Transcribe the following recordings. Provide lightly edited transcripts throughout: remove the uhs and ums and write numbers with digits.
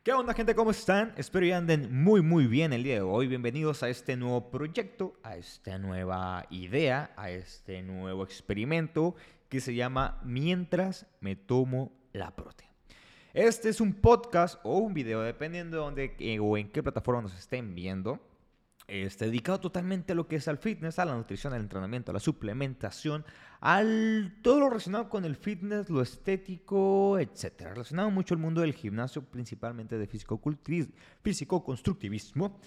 ¿Qué onda, gente? ¿Cómo están? Espero que anden muy bien el día de hoy. Bienvenidos a este nuevo proyecto, a esta nueva idea, a este nuevo experimento que se llama Mientras me tomo la prote. Este es un podcast o un video, dependiendo de dónde o en qué plataforma nos estén viendo. Dedicado totalmente a lo que es al fitness, a la nutrición, al entrenamiento, a la suplementación, todo lo relacionado con el fitness, lo estético, etcétera. Relacionado mucho al mundo del gimnasio, principalmente de físico-constructivismo.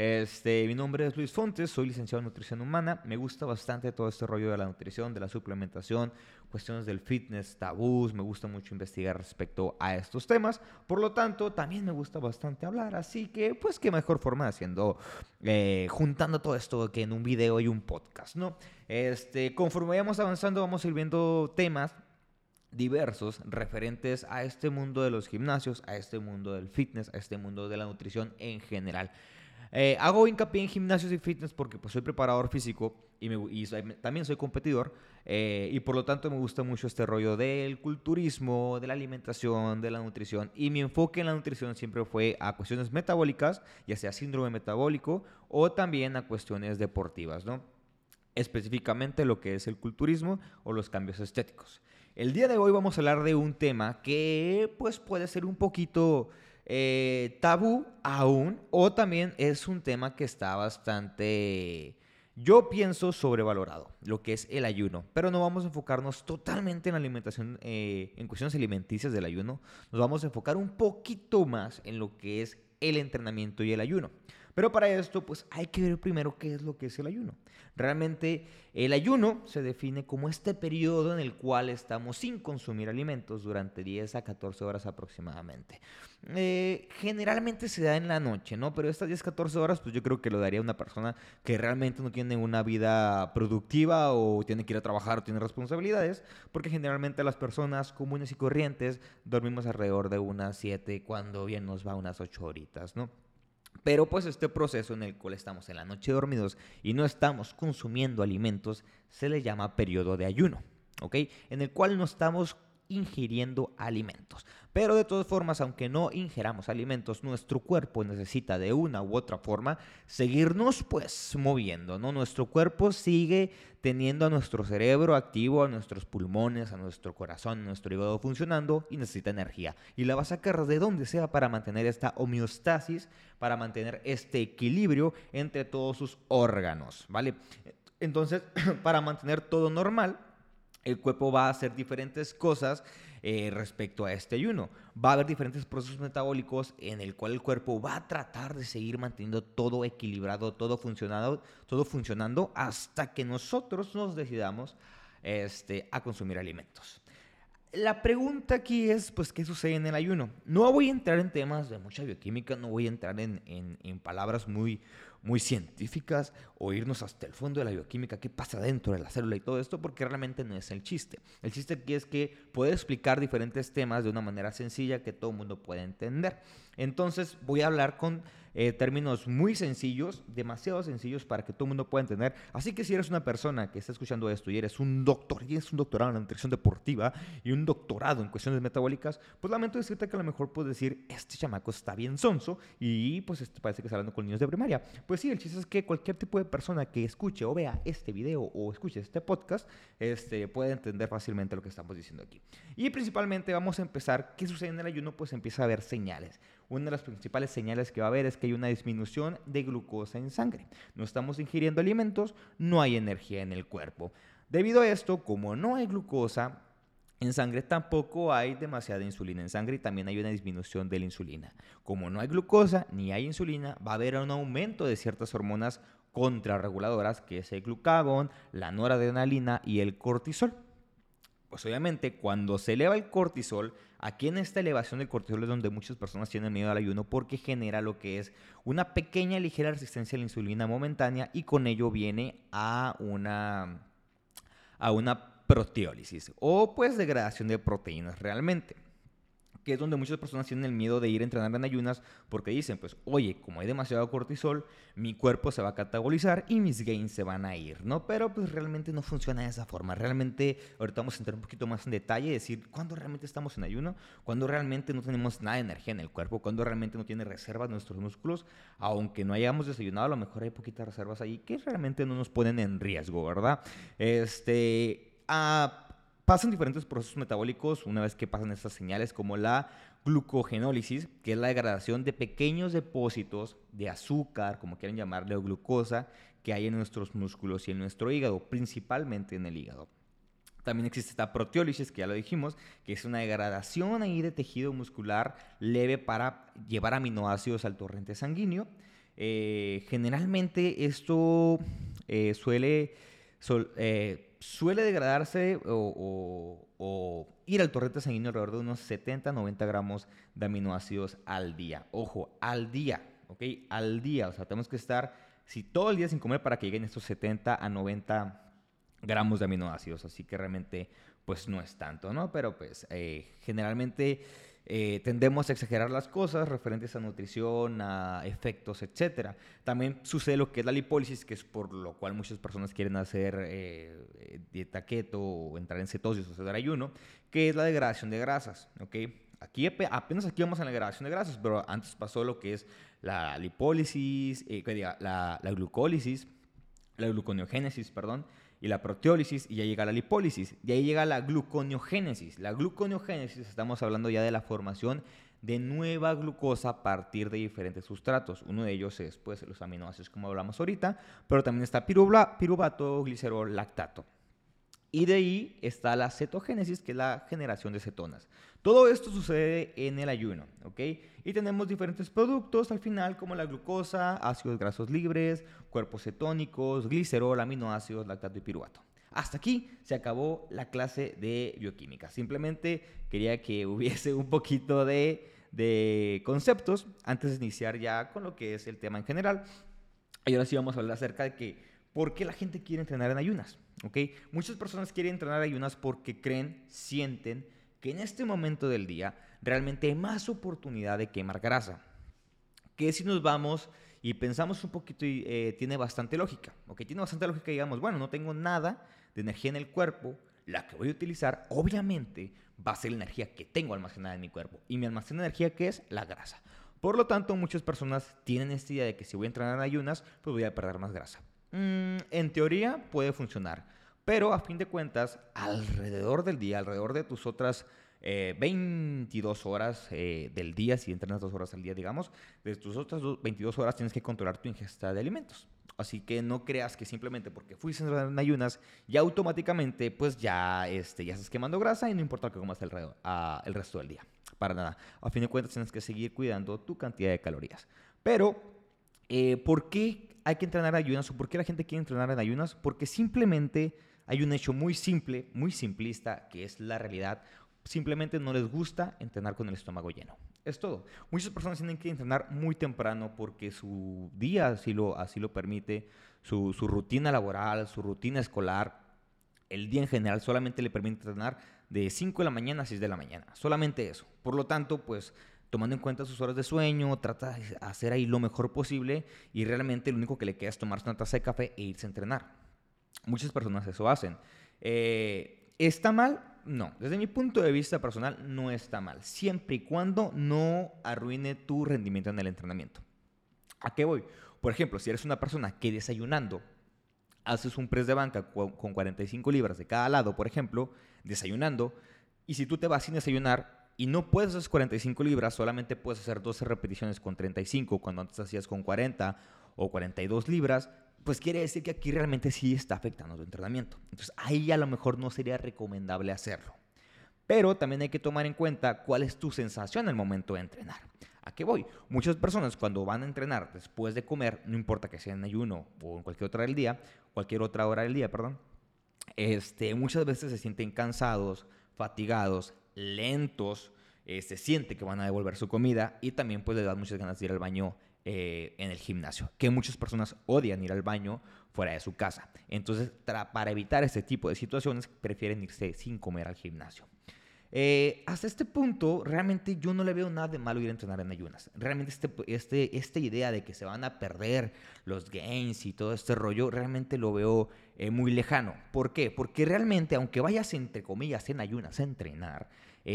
Mi nombre es Luis Fontes, soy licenciado en nutrición humana. Me gusta bastante todo este rollo de la nutrición, de la suplementación, cuestiones del fitness, tabús. Me gusta mucho investigar respecto a estos temas. Por lo tanto, también me gusta bastante hablar. Así que, pues, qué mejor forma haciendo, juntando todo esto que en un video y un podcast, ¿no? Conforme vayamos avanzando, vamos a ir viendo temas diversos referentes a este mundo de los gimnasios, a este mundo del fitness, a este mundo de la nutrición en general. Hago hincapié en gimnasios y fitness porque pues, soy preparador físico y también soy competidor, y por lo tanto me gusta mucho este rollo del culturismo, de la alimentación, de la nutrición, y mi enfoque en la nutrición siempre fue a cuestiones metabólicas, ya sea síndrome metabólico o también a cuestiones deportivas, ¿no? Específicamente lo que es el culturismo o los cambios estéticos. El día de hoy vamos a hablar de un tema que pues puede ser un poquito tabú aún, o también es un tema que está bastante, yo pienso, sobrevalorado, lo que es el ayuno. Pero no vamos a enfocarnos totalmente en la alimentación, en cuestiones alimenticias del ayuno. Nos vamos a enfocar un poquito más en lo que es el entrenamiento y el ayuno. Pero para esto, pues hay que ver primero qué es lo que es el ayuno. Realmente, el ayuno se define como este periodo en el cual estamos sin consumir alimentos durante 10 a 14 horas aproximadamente. Generalmente se da en la noche, ¿no? Pero estas 10 a 14 horas, pues yo creo que lo daría una persona que realmente no tiene una vida productiva o tiene que ir a trabajar o tiene responsabilidades, porque generalmente las personas comunes y corrientes dormimos alrededor de unas 7, cuando bien nos va unas 8 horitas, ¿no? Pero pues este proceso en el cual estamos en la noche dormidos y no estamos consumiendo alimentos se le llama periodo de ayuno, ¿ok? En el cual no estamos ingiriendo alimentos. Pero de todas formas, aunque no ingeramos alimentos, nuestro cuerpo necesita de una u otra forma seguirnos pues moviendo, ¿no? Nuestro cuerpo sigue teniendo a nuestro cerebro activo, a nuestros pulmones, a nuestro corazón, a nuestro hígado funcionando y necesita energía. Y la va a sacar de donde sea para mantener esta homeostasis, para mantener este equilibrio entre todos sus órganos, ¿vale? Entonces, para mantener todo normal, el cuerpo va a hacer diferentes cosas respecto a este ayuno. Va a haber diferentes procesos metabólicos en el cual el cuerpo va a tratar de seguir manteniendo todo equilibrado, todo funcionando hasta que nosotros nos decidamos a consumir alimentos. La pregunta aquí es, pues, ¿qué sucede en el ayuno? No voy a entrar en temas de mucha bioquímica, no voy a entrar en palabras muy científicas o irnos hasta el fondo de la bioquímica, qué pasa dentro de la célula y todo esto, porque realmente no es el chiste. El chiste aquí es que puedo explicar diferentes temas de una manera sencilla que todo el mundo puede entender. Entonces voy a hablar con términos muy sencillos, demasiado sencillos para que todo el mundo pueda entender. Así que si eres una persona que está escuchando esto y eres un doctor, y eres un doctorado en la nutrición deportiva y un doctorado en cuestiones metabólicas, pues lamento decirte que a lo mejor puedes decir, este chamaco está bien sonso y pues parece que está hablando con niños de primaria. Pues sí, el chiste es que cualquier tipo de persona que escuche o vea este video o escuche este podcast, puede entender fácilmente lo que estamos diciendo aquí. Y principalmente vamos a empezar, ¿qué sucede en el ayuno? Pues empieza a haber señales. Una de las principales señales que va a haber es que hay una disminución de glucosa en sangre. No estamos ingiriendo alimentos, no hay energía en el cuerpo. Debido a esto, como no hay glucosa en sangre, tampoco hay demasiada insulina en sangre y también hay una disminución de la insulina. Como no hay glucosa ni hay insulina, va a haber un aumento de ciertas hormonas contrarreguladoras, que es el glucagón, la noradrenalina y el cortisol. Pues obviamente cuando se eleva el cortisol, aquí en esta elevación del cortisol es donde muchas personas tienen miedo al ayuno, porque genera lo que es una pequeña ligera resistencia a la insulina momentánea, y con ello viene a una proteólisis o pues degradación de proteínas realmente. que es donde muchas personas tienen el miedo de ir a entrenar en ayunas porque dicen, pues, oye, como hay demasiado cortisol, mi cuerpo se va a catabolizar y mis gains se van a ir, ¿no? Pero pues realmente no funciona de esa forma. Realmente, ahorita vamos a entrar un poquito más en detalle y decir cuándo realmente estamos en ayuno, cuándo realmente no tenemos nada de energía en el cuerpo, cuándo realmente no tiene reservas nuestros músculos, aunque no hayamos desayunado, a lo mejor hay poquitas reservas ahí que realmente no nos ponen en riesgo, ¿verdad? Pasan diferentes procesos metabólicos una vez que pasan estas señales, como la glucogenólisis, que es la degradación de pequeños depósitos de azúcar, como quieran llamarle, o glucosa, que hay en nuestros músculos y en nuestro hígado, principalmente en el hígado. También existe esta proteólisis, que ya lo dijimos, que es una degradación ahí de tejido muscular leve para llevar aminoácidos al torrente sanguíneo. Generalmente esto suele suele degradarse o ir al torrente sanguíneo alrededor de unos 70-90 gramos de aminoácidos al día. Ojo, al día, ¿ok? Al día. O sea, tenemos que estar, si todo el día sin comer para que lleguen estos 70-90 gramos de aminoácidos. Así que realmente, pues no es tanto, ¿no? Pero pues generalmente tendemos a exagerar las cosas referentes a nutrición, a efectos, etcétera. También sucede lo que es la lipólisis, que es por lo cual muchas personas quieren hacer dieta keto o entrar en cetosis o hacer ayuno, que es la degradación de grasas, ¿ok? Apenas aquí vamos a la degradación de grasas, pero antes pasó lo que es la lipólisis, la glucólisis, la gluconeogénesis, perdón, y la proteólisis, y ya llega la lipólisis, y ahí llega la gluconeogénesis. La gluconeogénesis, estamos hablando ya de la formación de nueva glucosa a partir de diferentes sustratos. Uno de ellos es pues, los aminoácidos, como hablamos ahorita, pero también está piruvato, glicerol, lactato. Y de ahí está la cetogénesis, que es la generación de cetonas. Todo esto sucede en el ayuno, ¿ok? Y tenemos diferentes productos al final, como la glucosa, ácidos grasos libres, cuerpos cetónicos, glicerol, aminoácidos, lactato y piruvato. Hasta aquí se acabó la clase de bioquímica. Simplemente quería que hubiese un poquito de conceptos antes de iniciar ya con lo que es el tema en general. Y ahora sí vamos a hablar acerca de por qué la gente quiere entrenar en ayunas, ¿ok? Muchas personas quieren entrenar en ayunas porque creen, sienten que en este momento del día realmente hay más oportunidad de quemar grasa. Que si nos vamos y pensamos un poquito, tiene bastante lógica, ¿ok? Tiene bastante lógica y digamos, bueno, no tengo nada de energía en el cuerpo, la que voy a utilizar obviamente va a ser la energía que tengo almacenada en mi cuerpo. Y mi almacén de energía, ¿qué es? La grasa. Por lo tanto, muchas personas tienen esta idea de que si voy a entrenar en ayunas, pues voy a perder más grasa. En teoría puede funcionar, pero a fin de cuentas, alrededor del día, alrededor de tus otras 22 horas del día, si entrenas 2 horas al día, digamos, de tus otras 22 horas tienes que controlar tu ingesta de alimentos. Así que no creas que simplemente porque fuiste en ayunas, ya automáticamente pues ya estás quemando grasa y no importa que comas el resto del día. Para nada. A fin de cuentas tienes que seguir cuidando tu cantidad de calorías. Pero, ¿por qué hay que entrenar en ayunas o por qué la gente quiere entrenar en ayunas? Porque simplemente hay un hecho muy simple, muy simplista, que es la realidad. Simplemente no les gusta entrenar con el estómago lleno. Es todo. Muchas personas tienen que entrenar muy temprano porque su día así lo permite, su rutina laboral, su rutina escolar, el día en general solamente le permite entrenar de 5 de la mañana a 6 de la mañana. Solamente eso. Por lo tanto, pues tomando en cuenta sus horas de sueño, trata de hacer ahí lo mejor posible y realmente lo único que le queda es tomarse una taza de café e irse a entrenar. Muchas personas eso hacen. ¿Está mal? No. Desde mi punto de vista personal, no está mal. Siempre y cuando no arruine tu rendimiento en el entrenamiento. ¿A qué voy? Por ejemplo, si eres una persona que desayunando haces un press de banca con 45 libras de cada lado, por ejemplo, desayunando, y si tú te vas sin desayunar y no puedes hacer 45 libras, solamente puedes hacer 12 repeticiones con 35, cuando antes hacías con 40 o 42 libras, pues quiere decir que aquí realmente sí está afectando tu entrenamiento. Entonces ahí a lo mejor no sería recomendable hacerlo. Pero también hay que tomar en cuenta cuál es tu sensación en el momento de entrenar. ¿A qué voy? Muchas personas cuando van a entrenar después de comer, no importa que sea en ayuno o en cualquier otra hora del día, perdón, muchas veces se sienten cansados, fatigados, lentos, se siente que van a devolver su comida y también pues les dan muchas ganas de ir al baño en el gimnasio, que muchas personas odian ir al baño fuera de su casa. Entonces, para evitar este tipo de situaciones, prefieren irse sin comer al gimnasio. Hasta este punto, realmente yo no le veo nada de malo ir a entrenar en ayunas. Realmente esta idea de que se van a perder los gains y todo este rollo, realmente lo veo muy lejano. ¿Por qué? Porque realmente, aunque vayas entre comillas en ayunas a entrenar,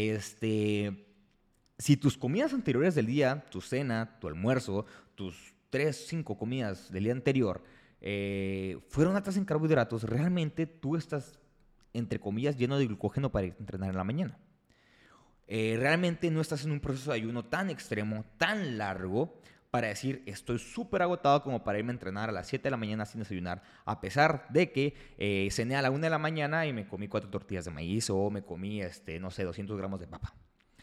si tus comidas anteriores del día, tu cena, tu almuerzo, tus 3, 5 comidas del día anterior, fueron altas en carbohidratos, realmente tú estás, entre comillas, lleno de glucógeno para ir a entrenar en la mañana. Realmente no estás en un proceso de ayuno tan extremo, tan largo, para decir estoy súper agotado como para irme a entrenar a las 7 de la mañana sin desayunar, a pesar de que cené a la 1 de la mañana y me comí 4 tortillas de maíz o me comí, no sé, 200 gramos de papa.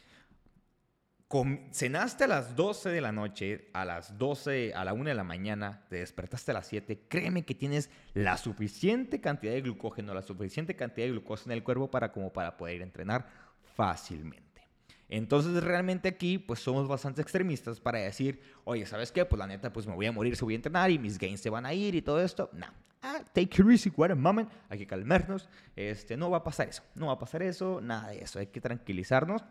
Cenaste a las 12 de la noche, a las 12, a la 1 de la mañana, te despertaste a las 7, créeme que tienes la suficiente cantidad de glucógeno, la suficiente cantidad de glucosa en el cuerpo para poder ir a entrenar fácilmente. Entonces realmente aquí pues somos bastante extremistas para decir, oye, ¿sabes qué? Pues la neta pues me voy a morir si voy a entrenar y mis gains se van a ir y todo esto. No, take it easy, wait a moment, hay que calmarnos, no va a pasar eso, no va a pasar eso, nada de eso, hay que tranquilizarnos.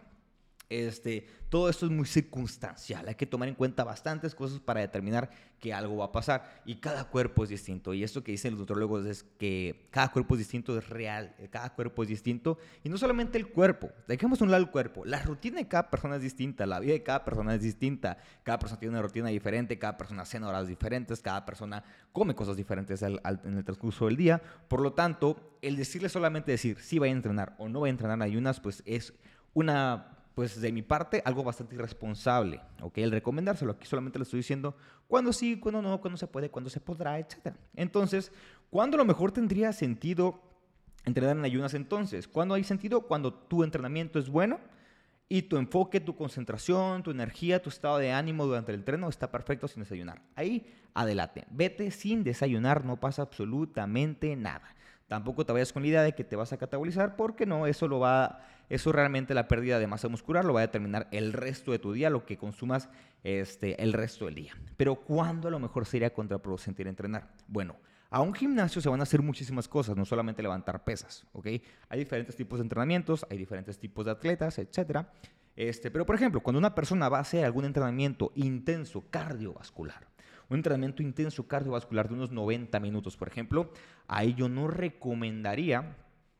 Todo esto es muy circunstancial, hay que tomar en cuenta bastantes cosas para determinar que algo va a pasar y cada cuerpo es distinto y esto que dicen los nutrólogos es que cada cuerpo es distinto, es real, cada cuerpo es distinto y no solamente el cuerpo, dejemos a un lado el cuerpo, la rutina de cada persona es distinta, la vida de cada persona es distinta, cada persona tiene una rutina diferente, cada persona cena horas diferentes, cada persona come cosas diferentes en el transcurso del día, por lo tanto, el decirle solamente decir si va a entrenar o no va a entrenar en ayunas, pues es pues de mi parte, algo bastante irresponsable, ¿ok? El recomendárselo, aquí solamente le estoy diciendo cuándo sí, cuándo no, cuándo se puede, cuándo se podrá, etc. Entonces, ¿cuándo a lo mejor tendría sentido entrenar en ayunas entonces? ¿Cuándo hay sentido? Cuando tu entrenamiento es bueno y tu enfoque, tu concentración, tu energía, tu estado de ánimo durante el entreno está perfecto sin desayunar. Ahí, adelante. Vete sin desayunar, no pasa absolutamente nada. Tampoco te vayas con la idea de que te vas a catabolizar porque no, eso realmente la pérdida de masa muscular lo va a determinar el resto de tu día, lo que consumas el resto del día. Pero ¿cuándo a lo mejor sería contraproducente ir a entrenar? Bueno, a un gimnasio se van a hacer muchísimas cosas, no solamente levantar pesas, ¿ok? Hay diferentes tipos de entrenamientos, hay diferentes tipos de atletas, etc. Pero, por ejemplo, cuando una persona va a hacer algún entrenamiento intenso cardiovascular, un entrenamiento intenso cardiovascular de unos 90 minutos, por ejemplo, ahí yo no recomendaría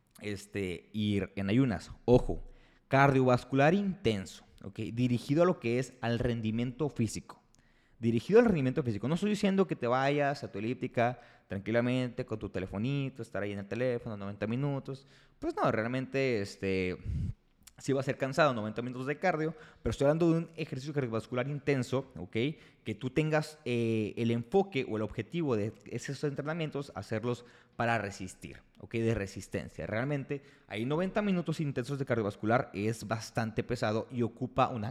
ir en ayunas. Ojo, cardiovascular intenso, ¿okay? Dirigido a lo que es al rendimiento físico. Dirigido al rendimiento físico. No estoy diciendo que te vayas a tu elíptica tranquilamente con tu telefonito, estar ahí en el teléfono 90 minutos. Pues no, realmente sí va a ser cansado, 90 minutos de cardio, pero estoy hablando de un ejercicio cardiovascular intenso, ¿ok? Que tú tengas el enfoque o el objetivo de esos entrenamientos, hacerlos para resistir, ¿ok? De resistencia. Realmente, hay 90 minutos intensos de cardiovascular, es bastante pesado y ocupa tiene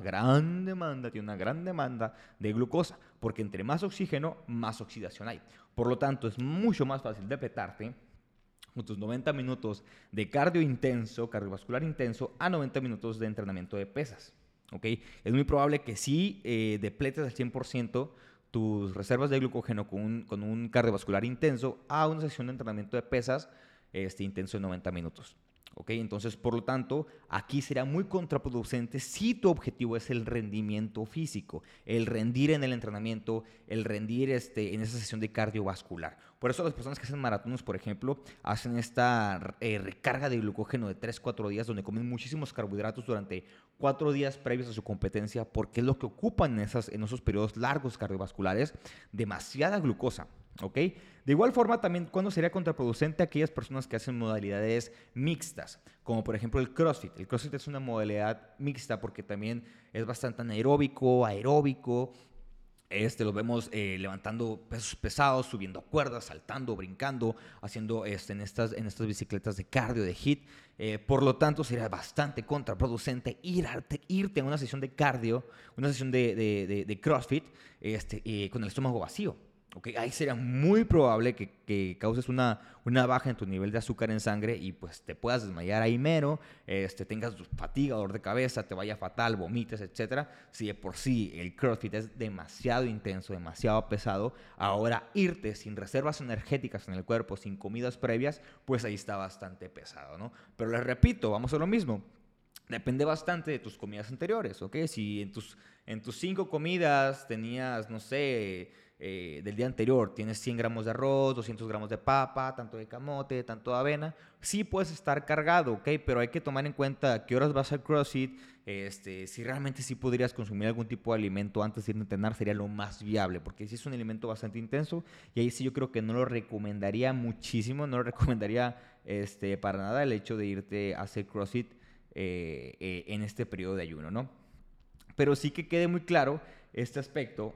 una gran demanda de glucosa, porque entre más oxígeno, más oxidación hay. Por lo tanto, es mucho más fácil de petarte con tus 90 minutos de cardio intenso, cardiovascular intenso, a 90 minutos de entrenamiento de pesas. ¿Okay? Es muy probable que sí depletes al 100% tus reservas de glucógeno con un cardiovascular intenso a una sesión de entrenamiento de pesas intenso de 90 minutos. ¿Okay? Entonces, por lo tanto, aquí será muy contraproducente si tu objetivo es el rendimiento físico, el rendir en el entrenamiento, el rendir en esa sesión de cardiovascular. Por eso las personas que hacen maratones, por ejemplo, hacen esta recarga de glucógeno de 3-4 días, donde comen muchísimos carbohidratos durante 4 días previos a su competencia, porque es lo que ocupan en esos periodos largos cardiovasculares, demasiada glucosa. ¿Ok? De igual forma, también, ¿cuándo sería contraproducente aquellas personas que hacen modalidades mixtas? Como por ejemplo el CrossFit. El CrossFit es una modalidad mixta porque también es bastante anaeróbico, aeróbico. Los vemos levantando pesos pesados, subiendo cuerdas, saltando, brincando, haciendo en estas bicicletas de cardio, de HIIT. Por lo tanto, sería bastante contraproducente irte a una sesión de cardio, una sesión de CrossFit con el estómago vacío. Okay, ahí sería muy probable que causes una baja en tu nivel de azúcar en sangre y pues te puedas desmayar ahí mero, tengas fatiga, dolor de cabeza, te vaya fatal, vomites, etc. Si de por sí el CrossFit es demasiado intenso, demasiado pesado, ahora irte sin reservas energéticas en el cuerpo, sin comidas previas, pues ahí está bastante pesado, ¿no? Pero les repito, vamos a lo mismo. depende bastante de tus comidas anteriores, ¿ok? Si en tus 5 comidas tenías, no sé, del día anterior, tienes 100 gramos de arroz, 200 gramos de papa, tanto de camote, tanto de avena, sí puedes estar cargado, ¿ok? Pero hay que tomar en cuenta a qué horas vas al CrossFit, si realmente sí podrías consumir algún tipo de alimento antes de ir a entrenar, sería lo más viable, porque si es un alimento bastante intenso, y ahí sí yo creo que no lo recomendaría muchísimo, no lo recomendaría para nada el hecho de irte a hacer CrossFit en este periodo de ayuno, ¿no? Pero sí que quede muy claro este aspecto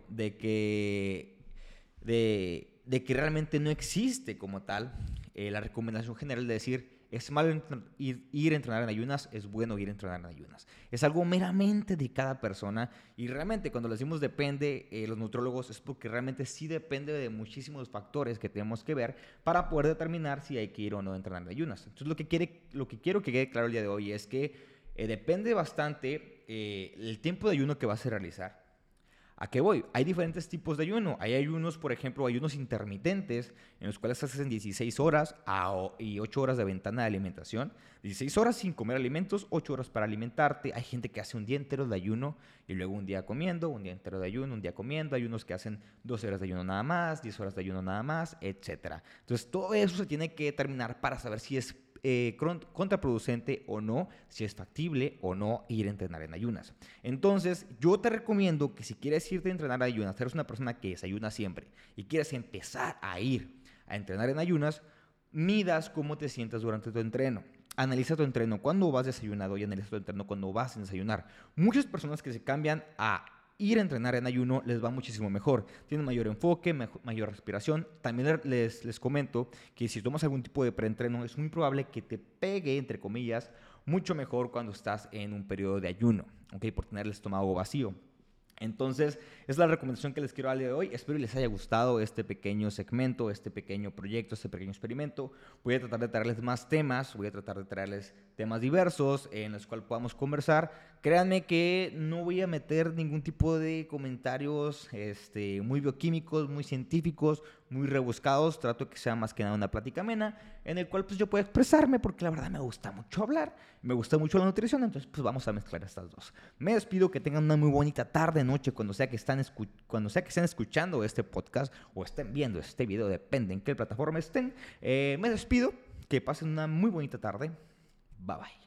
de que realmente no existe como tal la recomendación general de decir es malo ir a entrenar en ayunas, es bueno ir a entrenar en ayunas. Es algo meramente de cada persona y realmente cuando le decimos depende, los nutrólogos es porque realmente sí depende de muchísimos factores que tenemos que ver para poder determinar si hay que ir o no a entrenar en ayunas. Entonces lo que quiero que quede claro el día de hoy es que depende bastante el tiempo de ayuno que vas a realizar. ¿A qué voy? Hay diferentes tipos de ayuno. Hay ayunos, por ejemplo, ayunos intermitentes, en los cuales hacen 16 horas y 8 horas de ventana de alimentación. 16 horas sin comer alimentos, 8 horas para alimentarte. Hay gente que hace un día entero de ayuno y luego un día comiendo, un día entero de ayuno, un día comiendo. Hay unos que hacen 12 horas de ayuno nada más, 10 horas de ayuno nada más, etc. Entonces, todo eso se tiene que determinar para saber si es contraproducente o no, si es factible o no ir a entrenar en ayunas. Entonces, yo te recomiendo que si quieres irte a entrenar en ayunas, eres una persona que desayuna siempre y quieres empezar a ir a entrenar en ayunas, midas cómo te sientas durante tu entreno. Analiza tu entreno cuando vas desayunado y analiza tu entreno cuando vas sin desayunar. Muchas personas que se cambian a ir a entrenar en ayuno les va muchísimo mejor. Tienen mayor enfoque, mayor respiración. También les comento que si tomas algún tipo de preentreno es muy probable que te pegue, entre comillas, mucho mejor cuando estás en un periodo de ayuno, ¿ok? Por tener el estómago vacío. Entonces, es la recomendación que les quiero dar el día de hoy. Espero les haya gustado este pequeño segmento, este pequeño proyecto, este pequeño experimento. Voy a tratar de traerles más temas, voy a tratar de traerles temas diversos en los cuales podamos conversar. Créanme que no voy a meter ningún tipo de comentarios muy bioquímicos, muy científicos, muy rebuscados. Trato que sea más que nada una plática amena en el cual pues yo puedo expresarme porque la verdad me gusta mucho hablar, me gusta mucho la nutrición, entonces pues vamos a mezclar estas dos. Me despido, que tengan una muy bonita tarde, noche, cuando sea que estén escuchando este podcast o estén viendo este video, depende en qué plataforma estén. Me despido, que pasen una muy bonita tarde. Bye bye.